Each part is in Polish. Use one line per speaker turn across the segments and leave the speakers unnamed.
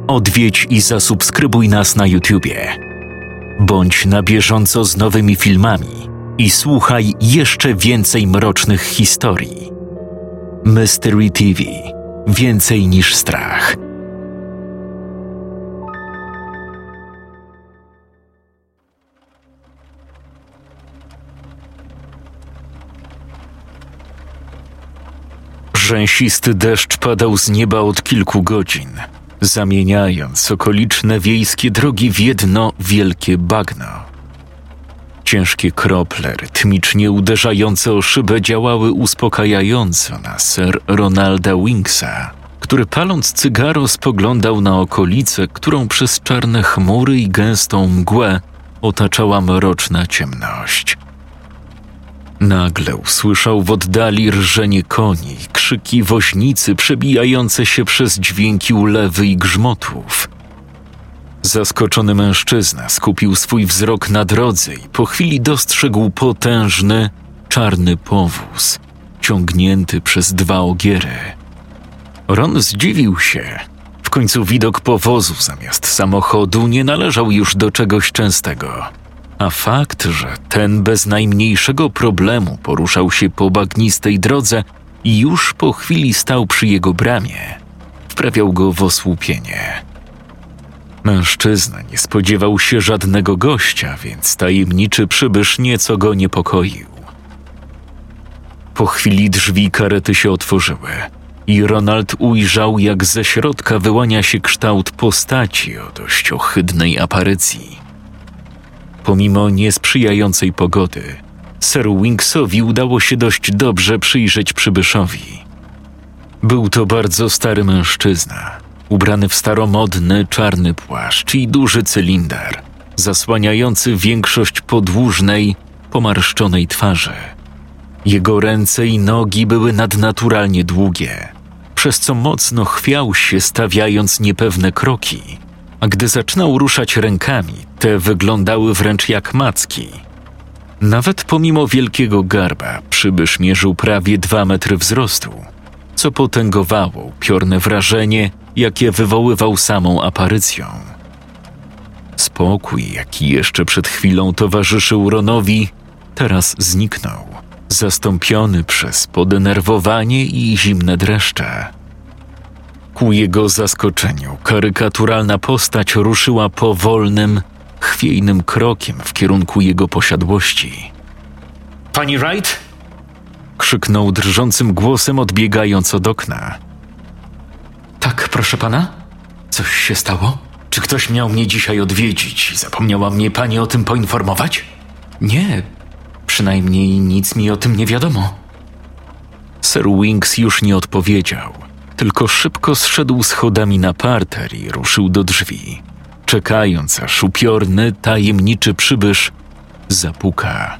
Odwiedź i zasubskrybuj nas na YouTubie. Bądź na bieżąco z nowymi filmami i słuchaj jeszcze więcej mrocznych historii. Mystery TV. Więcej niż strach. Rzęsisty deszcz padał z nieba od kilku godzin, zamieniając okoliczne wiejskie drogi w jedno wielkie bagno. Ciężkie krople, rytmicznie uderzające o szybę, działały uspokajająco na Sir Ronalda Winksa, który paląc cygaro spoglądał na okolicę, którą przez czarne chmury i gęstą mgłę otaczała mroczna ciemność. Nagle usłyszał w oddali rżenie koni, krzyki woźnicy przebijające się przez dźwięki ulewy i grzmotów. Zaskoczony mężczyzna skupił swój wzrok na drodze i po chwili dostrzegł potężny, czarny powóz, ciągnięty przez 2 ogiery. Ron zdziwił się. W końcu widok powozu zamiast samochodu nie należał już do czegoś częstego. A fakt, że ten bez najmniejszego problemu poruszał się po bagnistej drodze i już po chwili stał przy jego bramie, wprawiał go w osłupienie. Mężczyzna nie spodziewał się żadnego gościa, więc tajemniczy przybysz nieco go niepokoił. Po chwili drzwi karety się otworzyły i Ronald ujrzał, jak ze środka wyłania się kształt postaci o dość ohydnej aparycji. Pomimo niesprzyjającej pogody, Sir Winksowi udało się dość dobrze przyjrzeć przybyszowi. Był to bardzo stary mężczyzna, ubrany w staromodny czarny płaszcz i duży cylinder, zasłaniający większość podłużnej, pomarszczonej twarzy. Jego ręce i nogi były nadnaturalnie długie, przez co mocno chwiał się, stawiając niepewne kroki, a gdy zaczynał ruszać rękami, te wyglądały wręcz jak macki. Nawet pomimo wielkiego garba przybysz mierzył prawie 2 metry wzrostu, co potęgowało upiorne wrażenie, jakie wywoływał samą aparycją. Spokój, jaki jeszcze przed chwilą towarzyszył Ronowi, teraz zniknął, zastąpiony przez podenerwowanie i zimne dreszcze. Ku jego zaskoczeniu karykaturalna postać ruszyła powolnym, chwiejnym krokiem w kierunku jego posiadłości. – Pani Wright? – krzyknął drżącym głosem, odbiegając od okna. – Tak, proszę pana? Coś się stało? Czy ktoś miał mnie dzisiaj odwiedzić i zapomniała mnie pani o tym poinformować? – Nie, przynajmniej nic mi o tym nie wiadomo. Sir Winks już nie odpowiedział, tylko szybko zszedł schodami na parter i ruszył do drzwi, czekając, aż upiorny, tajemniczy przybysz zapuka.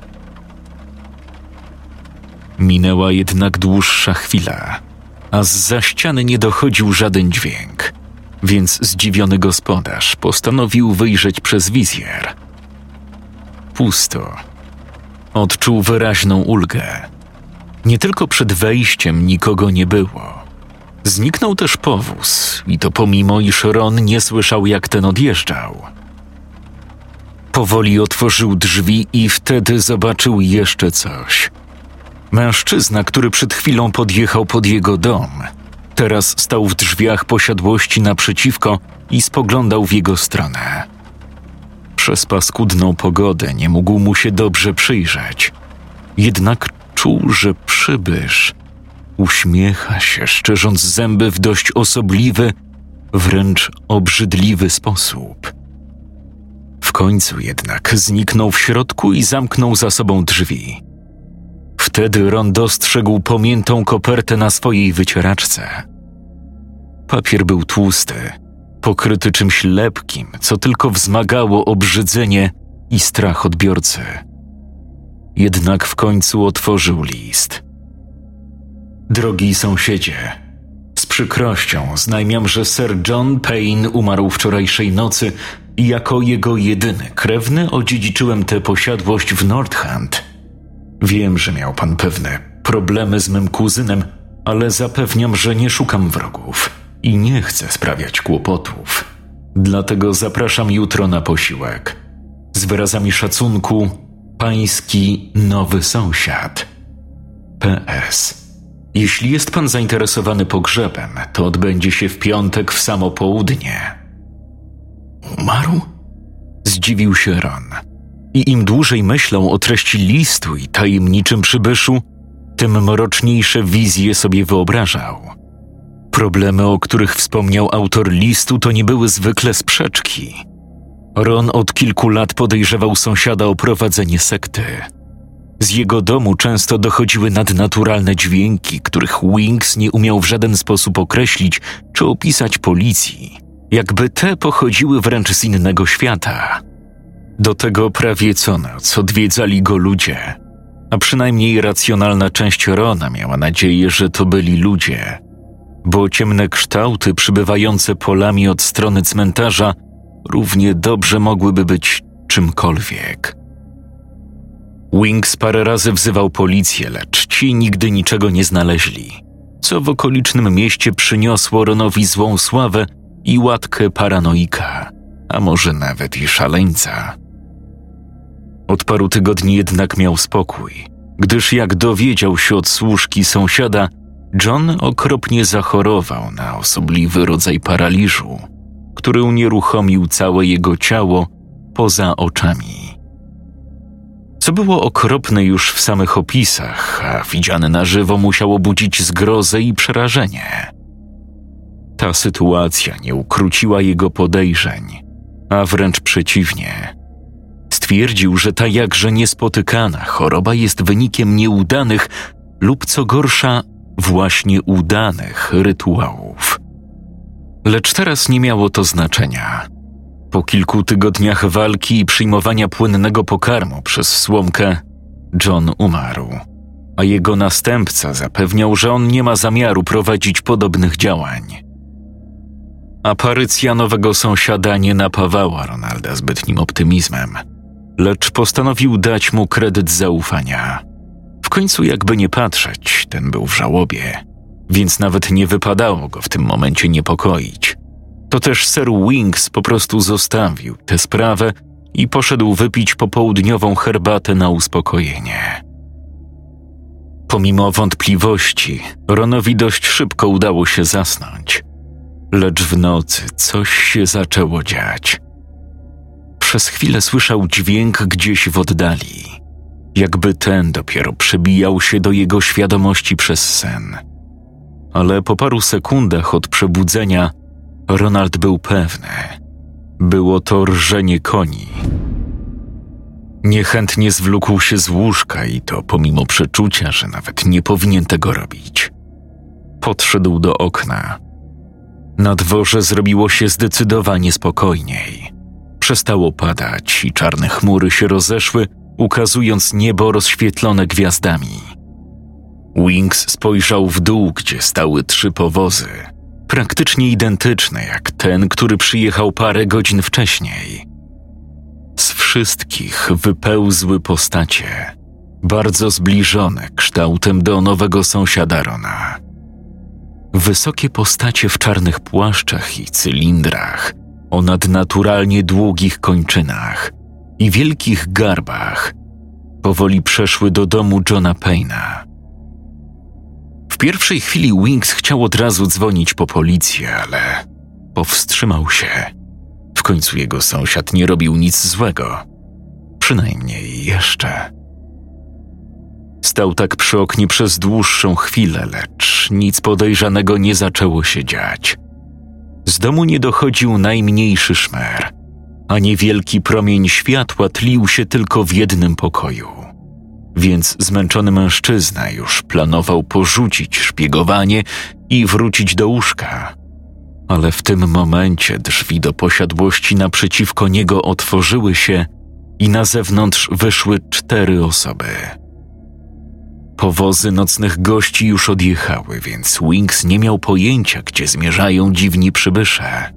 Minęła jednak dłuższa chwila, a zza ściany nie dochodził żaden dźwięk, więc zdziwiony gospodarz postanowił wyjrzeć przez wizjer. Pusto. Odczuł wyraźną ulgę. Nie tylko przed wejściem nikogo nie było. Zniknął też powóz i to pomimo, iż Ron nie słyszał, jak ten odjeżdżał. Powoli otworzył drzwi i wtedy zobaczył jeszcze coś. Mężczyzna, który przed chwilą podjechał pod jego dom, teraz stał w drzwiach posiadłości naprzeciwko i spoglądał w jego stronę. Przez paskudną pogodę nie mógł mu się dobrze przyjrzeć. Jednak czuł, że przybysz uśmiecha się, szczerząc zęby w dość osobliwy, wręcz obrzydliwy sposób. W końcu jednak zniknął w środku i zamknął za sobą drzwi. Wtedy Ron dostrzegł pomiętą kopertę na swojej wycieraczce. Papier był tłusty, pokryty czymś lepkim, co tylko wzmagało obrzydzenie i strach odbiorcy. Jednak w końcu otworzył list. Drogi sąsiedzie, z przykrością oznajmiam, że Sir John Payne umarł wczorajszej nocy i jako jego jedyny krewny odziedziczyłem tę posiadłość w Northant. Wiem, że miał pan pewne problemy z mym kuzynem, ale zapewniam, że nie szukam wrogów i nie chcę sprawiać kłopotów. Dlatego zapraszam jutro na posiłek. Z wyrazami szacunku, pański nowy sąsiad. PS. Jeśli jest pan zainteresowany pogrzebem, to odbędzie się w piątek w samo południe. Umarł? Zdziwił się Ron. I im dłużej myślał o treści listu i tajemniczym przybyszu, tym mroczniejsze wizje sobie wyobrażał. Problemy, o których wspomniał autor listu, to nie były zwykle sprzeczki. Ron od kilku lat podejrzewał sąsiada o prowadzenie sekty. Z jego domu często dochodziły nadnaturalne dźwięki, których Winks nie umiał w żaden sposób określić czy opisać policji, jakby te pochodziły wręcz z innego świata. Do tego prawie co noc odwiedzali go ludzie, a przynajmniej racjonalna część Rona miała nadzieję, że to byli ludzie, bo ciemne kształty przybywające polami od strony cmentarza równie dobrze mogłyby być czymkolwiek. Winks parę razy wzywał policję, lecz ci nigdy niczego nie znaleźli, co w okolicznym mieście przyniosło Ronowi złą sławę i łatkę paranoika, a może nawet i szaleńca. Od paru tygodni jednak miał spokój, gdyż jak dowiedział się od służki sąsiada, John okropnie zachorował na osobliwy rodzaj paraliżu, który unieruchomił całe jego ciało poza oczami. Co było okropne już w samych opisach, a widziane na żywo musiało budzić zgrozę i przerażenie. Ta sytuacja nie ukróciła jego podejrzeń, a wręcz przeciwnie. Stwierdził, że ta jakże niespotykana choroba jest wynikiem nieudanych lub co gorsza, właśnie udanych rytuałów. Lecz teraz nie miało to znaczenia. Po kilku tygodniach walki i przyjmowania płynnego pokarmu przez słomkę, John umarł, a jego następca zapewniał, że on nie ma zamiaru prowadzić podobnych działań. Aparycja nowego sąsiada nie napawała Ronalda zbytnim optymizmem, lecz postanowił dać mu kredyt zaufania. W końcu jakby nie patrzeć, ten był w żałobie, więc nawet nie wypadało go w tym momencie niepokoić. To też Sir Winks po prostu zostawił tę sprawę i poszedł wypić popołudniową herbatę na uspokojenie. Pomimo wątpliwości, Ronowi dość szybko udało się zasnąć. Lecz w nocy coś się zaczęło dziać. Przez chwilę słyszał dźwięk gdzieś w oddali, jakby ten dopiero przebijał się do jego świadomości przez sen. Ale po paru sekundach od przebudzenia Ronald był pewny. Było to rżenie koni. Niechętnie zwlókł się z łóżka i to pomimo przeczucia, że nawet nie powinien tego robić. Podszedł do okna. Na dworze zrobiło się zdecydowanie spokojniej. Przestało padać i czarne chmury się rozeszły, ukazując niebo rozświetlone gwiazdami. Winks spojrzał w dół, gdzie stały 3 powozy, praktycznie identyczne jak ten, który przyjechał parę godzin wcześniej. Z wszystkich wypełzły postacie, bardzo zbliżone kształtem do nowego sąsiada Rona. Wysokie postacie w czarnych płaszczach i cylindrach, o nadnaturalnie długich kończynach i wielkich garbach, powoli przeszły do domu Johna Payna. W pierwszej chwili Winks chciał od razu dzwonić po policję, ale powstrzymał się. W końcu jego sąsiad nie robił nic złego. Przynajmniej jeszcze. Stał tak przy oknie przez dłuższą chwilę, lecz nic podejrzanego nie zaczęło się dziać. Z domu nie dochodził najmniejszy szmer, a niewielki promień światła tlił się tylko w jednym pokoju. Więc zmęczony mężczyzna już planował porzucić szpiegowanie i wrócić do łóżka. Ale w tym momencie drzwi do posiadłości naprzeciwko niego otworzyły się i na zewnątrz wyszły 4 osoby. Powozy nocnych gości już odjechały, więc Winks nie miał pojęcia, gdzie zmierzają dziwni przybysze.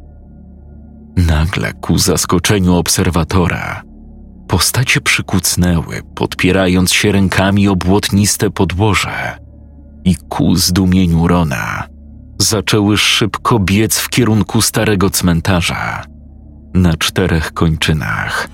Nagle, ku zaskoczeniu obserwatora, postacie przykucnęły, podpierając się rękami o błotniste podłoże i ku zdumieniu Rona zaczęły szybko biec w kierunku starego cmentarza, na 4 kończynach.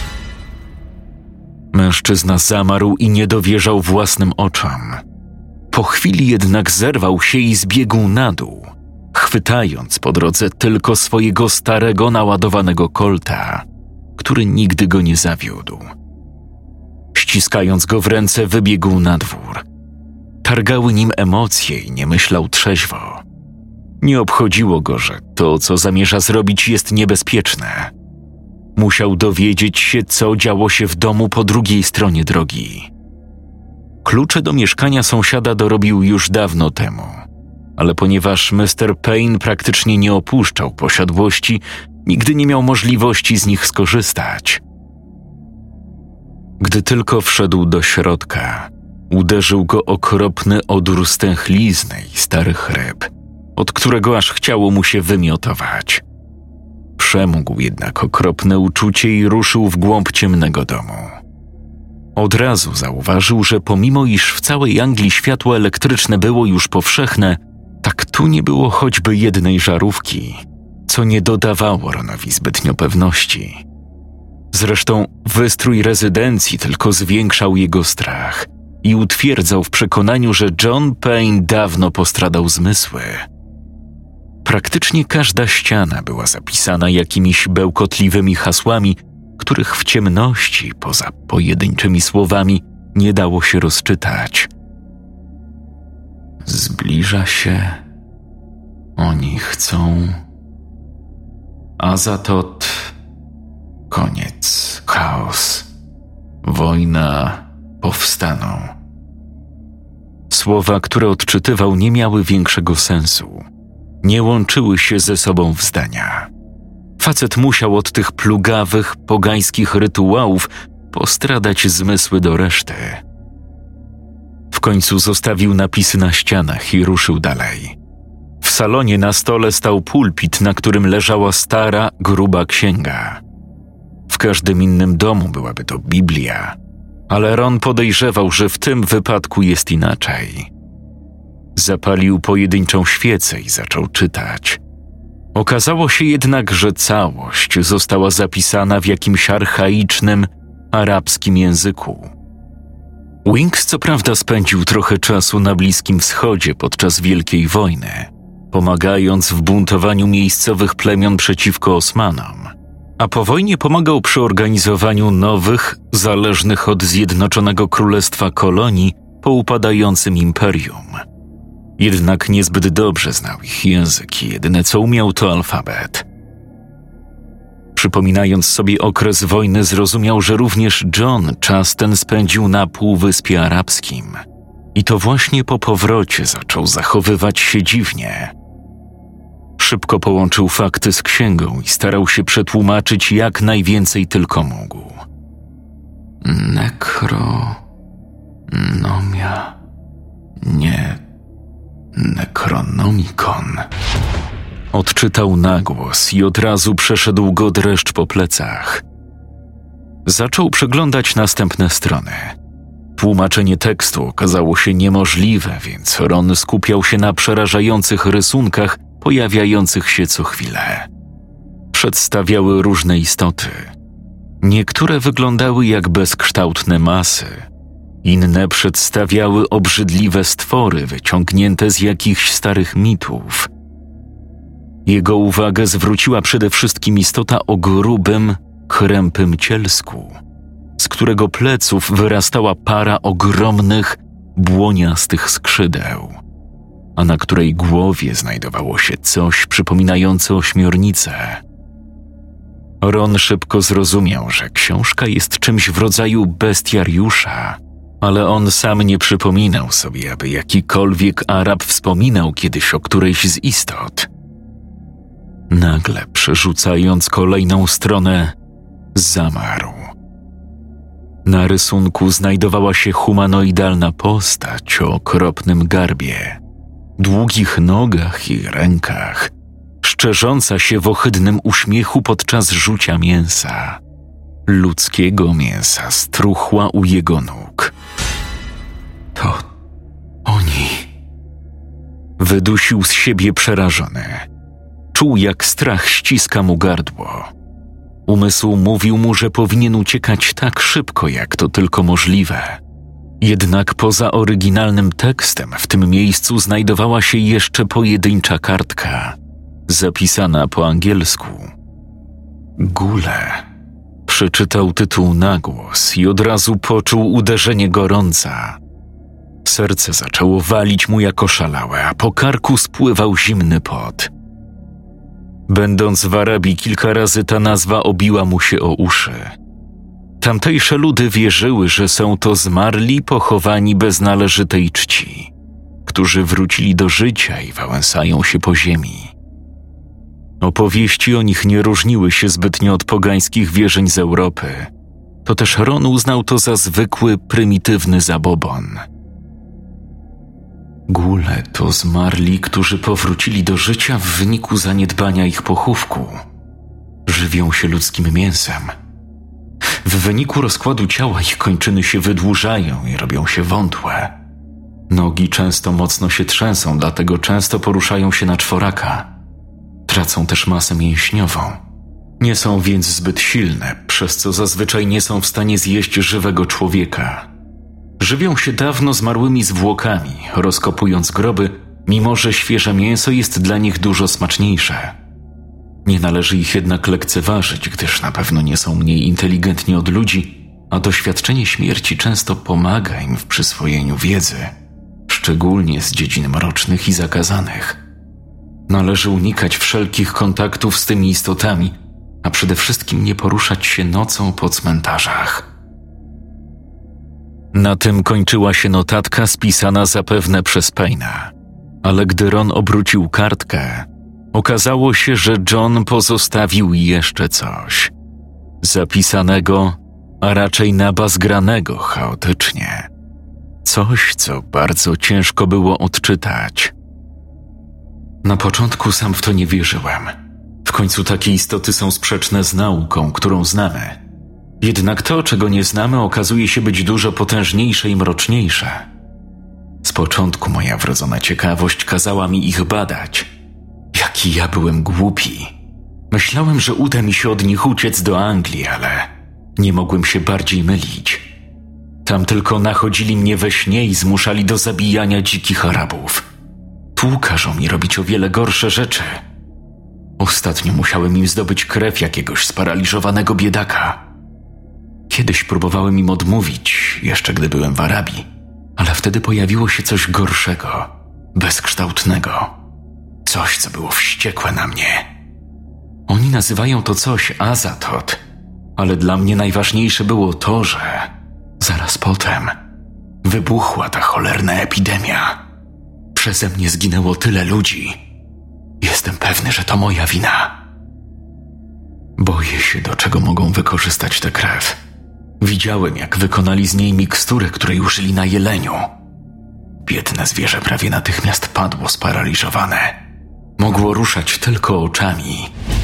Mężczyzna zamarł i nie dowierzał własnym oczom. Po chwili jednak zerwał się i zbiegł na dół, chwytając po drodze tylko swojego starego, naładowanego kolta, który nigdy go nie zawiódł. Ściskając go w ręce, wybiegł na dwór. Targały nim emocje i nie myślał trzeźwo. Nie obchodziło go, że to, co zamierza zrobić, jest niebezpieczne. Musiał dowiedzieć się, co działo się w domu po drugiej stronie drogi. Klucze do mieszkania sąsiada dorobił już dawno temu, ale ponieważ Mr. Payne praktycznie nie opuszczał posiadłości, nigdy nie miał możliwości z nich skorzystać. Gdy tylko wszedł do środka, uderzył go okropny odór stęchlizny i starych ryb, od którego aż chciało mu się wymiotować. Przemógł jednak okropne uczucie i ruszył w głąb ciemnego domu. Od razu zauważył, że pomimo iż w całej Anglii światło elektryczne było już powszechne, tak tu nie było choćby jednej żarówki, co nie dodawało Ronowi zbytnio pewności. Zresztą wystrój rezydencji tylko zwiększał jego strach i utwierdzał w przekonaniu, że John Payne dawno postradał zmysły. Praktycznie każda ściana była zapisana jakimiś bełkotliwymi hasłami, których w ciemności, poza pojedynczymi słowami, nie dało się rozczytać. Zbliża się, oni chcą, Azatot, koniec, chaos, wojna, powstaną. Słowa, które odczytywał, nie miały większego sensu. Nie łączyły się ze sobą w zdania. Facet musiał od tych plugawych, pogańskich rytuałów postradać zmysły do reszty. W końcu zostawił napisy na ścianach i ruszył dalej. W salonie na stole stał pulpit, na którym leżała stara, gruba księga. W każdym innym domu byłaby to Biblia, ale Ron podejrzewał, że w tym wypadku jest inaczej. Zapalił pojedynczą świecę i zaczął czytać. Okazało się jednak, że całość została zapisana w jakimś archaicznym, arabskim języku. Winks co prawda spędził trochę czasu na Bliskim Wschodzie podczas Wielkiej Wojny, pomagając w buntowaniu miejscowych plemion przeciwko Osmanom, a po wojnie pomagał przy organizowaniu nowych, zależnych od Zjednoczonego Królestwa kolonii po upadającym imperium. Jednak niezbyt dobrze znał ich język i jedyne co umiał to alfabet. Przypominając sobie okres wojny, zrozumiał, że również John czas ten spędził na Półwyspie Arabskim. I to właśnie po powrocie zaczął zachowywać się dziwnie. Szybko połączył fakty z księgą i starał się przetłumaczyć jak najwięcej tylko mógł. Nekronomia. Nie. Necronomicon. Odczytał na głos i od razu przeszedł go dreszcz po plecach. Zaczął przeglądać następne strony. Tłumaczenie tekstu okazało się niemożliwe, więc Ron skupiał się na przerażających rysunkach pojawiających się co chwilę. Przedstawiały różne istoty. Niektóre wyglądały jak bezkształtne masy, inne przedstawiały obrzydliwe stwory wyciągnięte z jakichś starych mitów. Jego uwagę zwróciła przede wszystkim istota o grubym, krępym cielsku, z którego pleców wyrastała para ogromnych, błoniastych skrzydeł, a na której głowie znajdowało się coś przypominające ośmiornicę. Ron szybko zrozumiał, że książka jest czymś w rodzaju bestiariusza, ale on sam nie przypominał sobie, aby jakikolwiek Arab wspominał kiedyś o którejś z istot. Nagle, przerzucając kolejną stronę, zamarł. Na rysunku znajdowała się humanoidalna postać o okropnym garbie, długich nogach i rękach, szczerząca się w ohydnym uśmiechu podczas rzucia mięsa. Ludzkiego mięsa struchła u jego nóg. To oni. Wydusił z siebie przerażony. Czuł, jak strach ściska mu gardło. Umysł mówił mu, że powinien uciekać tak szybko, jak to tylko możliwe. Jednak poza oryginalnym tekstem w tym miejscu znajdowała się jeszcze pojedyncza kartka, zapisana po angielsku. Gule. Przeczytał tytuł na głos i od razu poczuł uderzenie gorąca. Serce zaczęło walić mu jak oszalałe, a po karku spływał zimny pot. Będąc w Arabii kilka razy ta nazwa obiła mu się o uszy. Tamtejsze ludy wierzyły, że są to zmarli pochowani bez należytej czci, którzy wrócili do życia i wałęsają się po ziemi. Opowieści o nich nie różniły się zbytnio od pogańskich wierzeń z Europy. To też Ron uznał to za zwykły, prymitywny zabobon. Gule to zmarli, którzy powrócili do życia w wyniku zaniedbania ich pochówku. Żywią się ludzkim mięsem. W wyniku rozkładu ciała ich kończyny się wydłużają i robią się wątłe. Nogi często mocno się trzęsą, dlatego często poruszają się na czworaka. Tracą też masę mięśniową. Nie są więc zbyt silne, przez co zazwyczaj nie są w stanie zjeść żywego człowieka. Żywią się dawno zmarłymi zwłokami, rozkopując groby, mimo że świeże mięso jest dla nich dużo smaczniejsze. Nie należy ich jednak lekceważyć, gdyż na pewno nie są mniej inteligentni od ludzi, a doświadczenie śmierci często pomaga im w przyswojeniu wiedzy, szczególnie z dziedzin mrocznych i zakazanych. Należy unikać wszelkich kontaktów z tymi istotami, a przede wszystkim nie poruszać się nocą po cmentarzach. Na tym kończyła się notatka spisana zapewne przez Payne'a, ale gdy Ron obrócił kartkę, okazało się, że John pozostawił jeszcze coś. Zapisanego, a raczej nabazgranego chaotycznie. Coś, co bardzo ciężko było odczytać. Na początku sam w to nie wierzyłem. W końcu takie istoty są sprzeczne z nauką, którą znamy. Jednak to, czego nie znamy, okazuje się być dużo potężniejsze i mroczniejsze. Z początku moja wrodzona ciekawość kazała mi ich badać. Jaki ja byłem głupi. Myślałem, że uda mi się od nich uciec do Anglii, ale nie mogłem się bardziej mylić. Tam tylko nachodzili mnie we śnie i zmuszali do zabijania dzikich Arabów. Tu każą mi robić o wiele gorsze rzeczy. Ostatnio musiałem im zdobyć krew jakiegoś sparaliżowanego biedaka. Kiedyś próbowałem im odmówić, jeszcze gdy byłem w Arabii, ale wtedy pojawiło się coś gorszego, bezkształtnego. Coś, co było wściekłe na mnie. Oni nazywają to coś Azatot, ale dla mnie najważniejsze było to, że zaraz potem wybuchła ta cholerna epidemia. Przeze mnie zginęło tyle ludzi. Jestem pewny, że to moja wina. Boję się, do czego mogą wykorzystać tę krew. Widziałem, jak wykonali z niej miksturę, której użyli na jeleniu. Biedne zwierzę prawie natychmiast padło sparaliżowane. Mogło ruszać tylko oczami.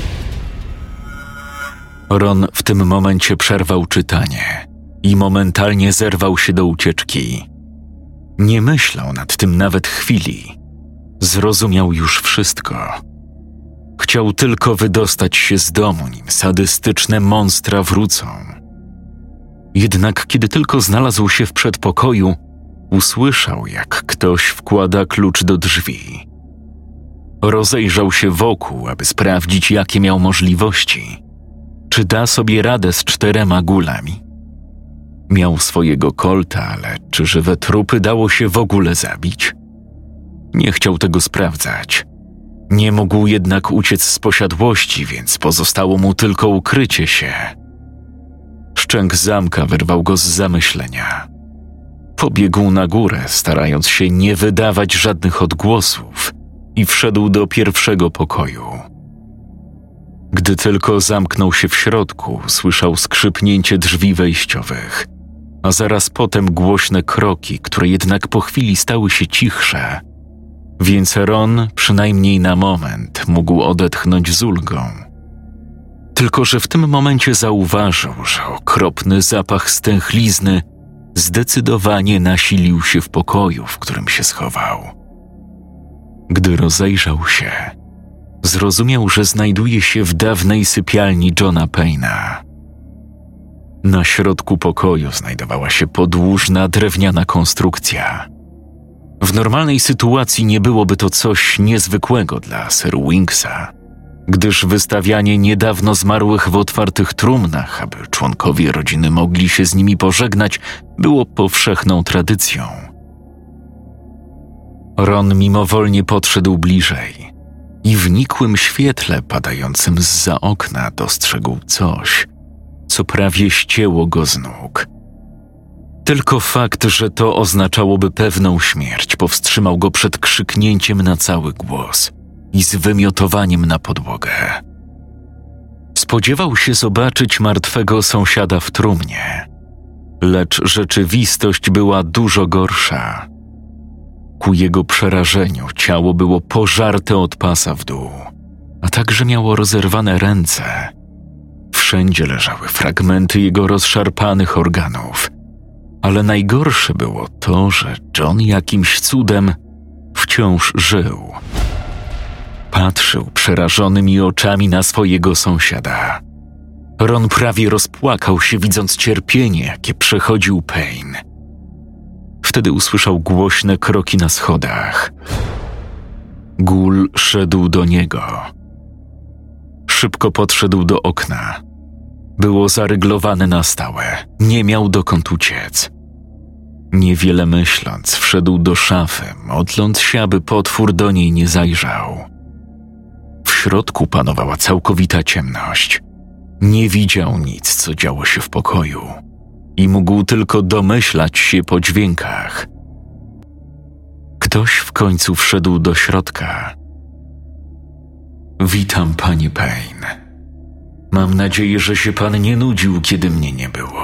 Ron w tym momencie przerwał czytanie i momentalnie zerwał się do ucieczki. Nie myślał nad tym nawet chwili. Zrozumiał już wszystko. Chciał tylko wydostać się z domu, nim sadystyczne monstra wrócą. Jednak kiedy tylko znalazł się w przedpokoju, usłyszał, jak ktoś wkłada klucz do drzwi. Rozejrzał się wokół, aby sprawdzić, jakie miał możliwości. Czy da sobie radę z 4 gulami? Miał swojego kolta, ale czy żywe trupy dało się w ogóle zabić? Nie chciał tego sprawdzać. Nie mógł jednak uciec z posiadłości, więc pozostało mu tylko ukrycie się. Szczęk zamka wyrwał go z zamyślenia. Pobiegł na górę, starając się nie wydawać żadnych odgłosów, i wszedł do pierwszego pokoju. Gdy tylko zamknął się w środku, słyszał skrzypnięcie drzwi wejściowych, a zaraz potem głośne kroki, które jednak po chwili stały się cichsze. Więc Ron, przynajmniej na moment, mógł odetchnąć z ulgą. Tylko że w tym momencie zauważył, że okropny zapach stęchlizny zdecydowanie nasilił się w pokoju, w którym się schował. Gdy rozejrzał się, zrozumiał, że znajduje się w dawnej sypialni Johna Payna. Na środku pokoju znajdowała się podłużna drewniana konstrukcja. W normalnej sytuacji nie byłoby to coś niezwykłego dla Sir Winksa, gdyż wystawianie niedawno zmarłych w otwartych trumnach, aby członkowie rodziny mogli się z nimi pożegnać, było powszechną tradycją. Ron mimowolnie podszedł bliżej i w nikłym świetle padającym zza okna dostrzegł coś, co prawie ścięło go z nóg. Tylko fakt, że to oznaczałoby pewną śmierć, powstrzymał go przed krzyknięciem na cały głos i zwymiotowaniem na podłogę. Spodziewał się zobaczyć martwego sąsiada w trumnie, lecz rzeczywistość była dużo gorsza. Ku jego przerażeniu ciało było pożarte od pasa w dół, a także miało rozerwane ręce. Wszędzie leżały fragmenty jego rozszarpanych organów, ale najgorsze było to, że John jakimś cudem wciąż żył. Patrzył przerażonymi oczami na swojego sąsiada. Ron prawie rozpłakał się, widząc cierpienie, jakie przechodził Payne. Wtedy usłyszał głośne kroki na schodach. Ghoul szedł do niego. Szybko podszedł do okna. Było zaryglowane na stałe, nie miał dokąd uciec. Niewiele myśląc, wszedł do szafy, modląc się, aby potwór do niej nie zajrzał. W środku panowała całkowita ciemność. Nie widział nic, co działo się w pokoju i mógł tylko domyślać się po dźwiękach. Ktoś w końcu wszedł do środka. Witam, panie Payne. Mam nadzieję, że się pan nie nudził, kiedy mnie nie było.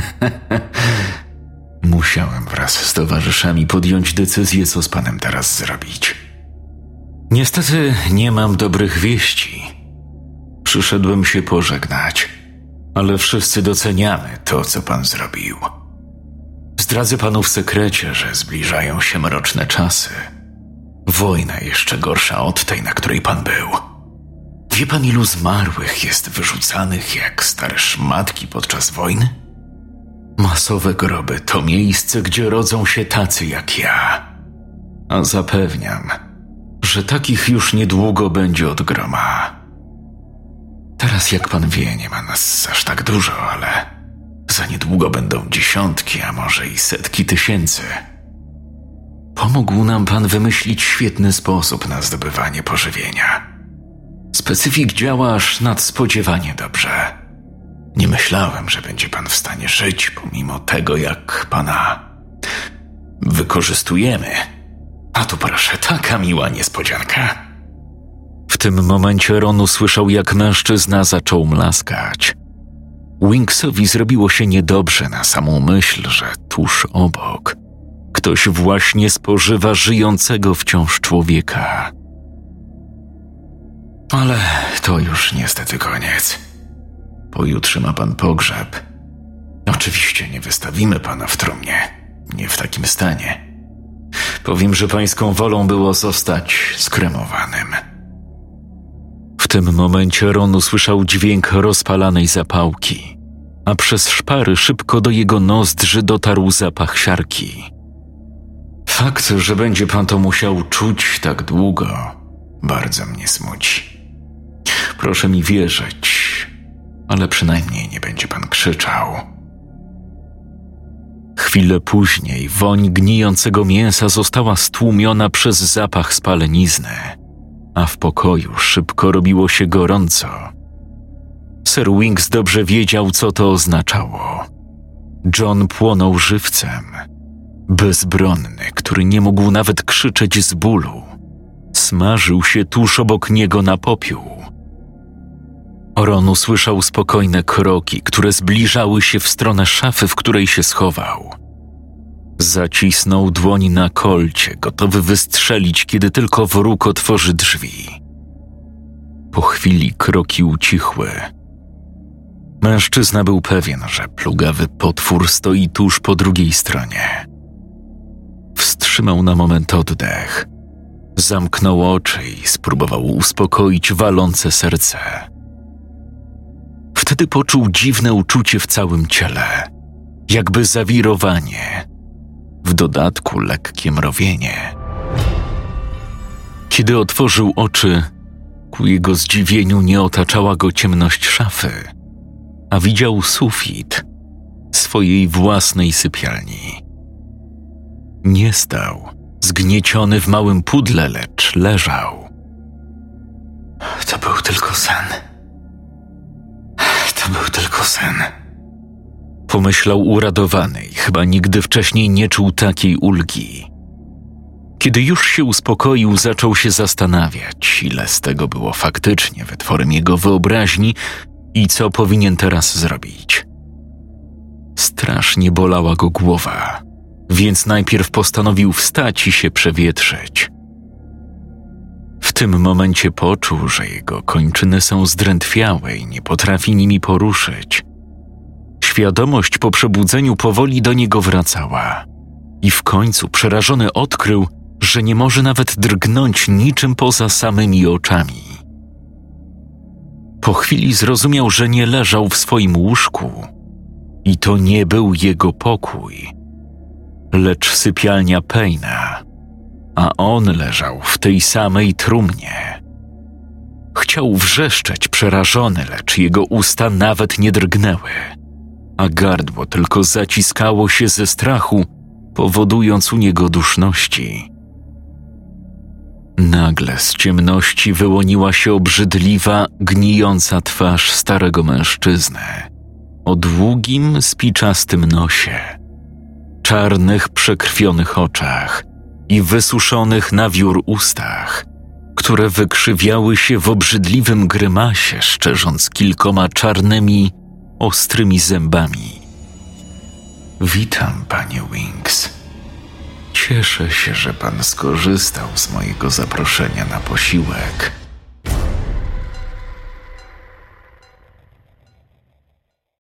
Musiałem wraz z towarzyszami podjąć decyzję, co z panem teraz zrobić. Niestety nie mam dobrych wieści. Przyszedłem się pożegnać, ale wszyscy doceniamy to, co pan zrobił. Zdradzę panu w sekrecie, że zbliżają się mroczne czasy. Wojna jeszcze gorsza od tej, na której pan był. Wie pan, ilu zmarłych jest wyrzucanych jak stare szmatki podczas wojny? Masowe groby to miejsce, gdzie rodzą się tacy jak ja. A zapewniam, że takich już niedługo będzie od groma. Teraz, jak pan wie, nie ma nas aż tak dużo, ale za niedługo będą dziesiątki, a może i setki tysięcy. Pomógł nam pan wymyślić świetny sposób na zdobywanie pożywienia. Specyfik działa aż nadspodziewanie dobrze. Nie myślałem, że będzie pan w stanie żyć, pomimo tego, jak pana wykorzystujemy. A tu proszę, taka miła niespodzianka. W tym momencie Ron usłyszał, jak mężczyzna zaczął mlaskać. Winksowi zrobiło się niedobrze na samą myśl, że tuż obok ktoś właśnie spożywa żyjącego wciąż człowieka. Ale to już niestety koniec. Pojutrze ma pan pogrzeb. Oczywiście nie wystawimy pana w trumnie, nie w takim stanie. Powiem, że pańską wolą było zostać skremowanym. W tym momencie Ron usłyszał dźwięk rozpalanej zapałki, a przez szpary szybko do jego nozdrzy dotarł zapach siarki. Fakt, że będzie pan to musiał czuć tak długo, bardzo mnie smuci. Proszę mi wierzyć, ale przynajmniej nie będzie pan krzyczał. Chwilę później woń gnijącego mięsa została stłumiona przez zapach spalenizny, a w pokoju szybko robiło się gorąco. Sir Winks dobrze wiedział, co to oznaczało. John płonął żywcem. Bezbronny, który nie mógł nawet krzyczeć z bólu, smażył się tuż obok niego na popiół. Ron usłyszał spokojne kroki, które zbliżały się w stronę szafy, w której się schował. Zacisnął dłoń na kolcie, gotowy wystrzelić, kiedy tylko wróg otworzy drzwi. Po chwili kroki ucichły. Mężczyzna był pewien, że plugawy potwór stoi tuż po drugiej stronie. Wstrzymał na moment oddech. Zamknął oczy i spróbował uspokoić walące serce. Wtedy poczuł dziwne uczucie w całym ciele, jakby zawirowanie, w dodatku lekkie mrowienie. Kiedy otworzył oczy, ku jego zdziwieniu nie otaczała go ciemność szafy, a widział sufit swojej własnej sypialni. Nie stał, zgnieciony w małym pudle, lecz leżał. To był tylko sen. To był tylko sen. Pomyślał uradowany i chyba nigdy wcześniej nie czuł takiej ulgi. Kiedy już się uspokoił, zaczął się zastanawiać, ile z tego było faktycznie wytworem jego wyobraźni i co powinien teraz zrobić. Strasznie bolała go głowa, więc najpierw postanowił wstać i się przewietrzyć. W tym momencie poczuł, że jego kończyny są zdrętwiałe i nie potrafi nimi poruszyć. Świadomość po przebudzeniu powoli do niego wracała i w końcu przerażony odkrył, że nie może nawet drgnąć niczym poza samymi oczami. Po chwili zrozumiał, że nie leżał w swoim łóżku i to nie był jego pokój, lecz sypialnia Payne'a, a on leżał w tej samej trumnie. Chciał wrzeszczeć przerażony, lecz jego usta nawet nie drgnęły, a gardło tylko zaciskało się ze strachu, powodując u niego duszności. Nagle z ciemności wyłoniła się obrzydliwa, gnijąca twarz starego mężczyzny o długim, spiczastym nosie, czarnych, przekrwionych oczach i wysuszonych na wiór ustach, które wykrzywiały się w obrzydliwym grymasie, szczerząc kilkoma czarnymi, ostrymi zębami. Witam, panie Winks. Cieszę się, że pan skorzystał z mojego zaproszenia na posiłek.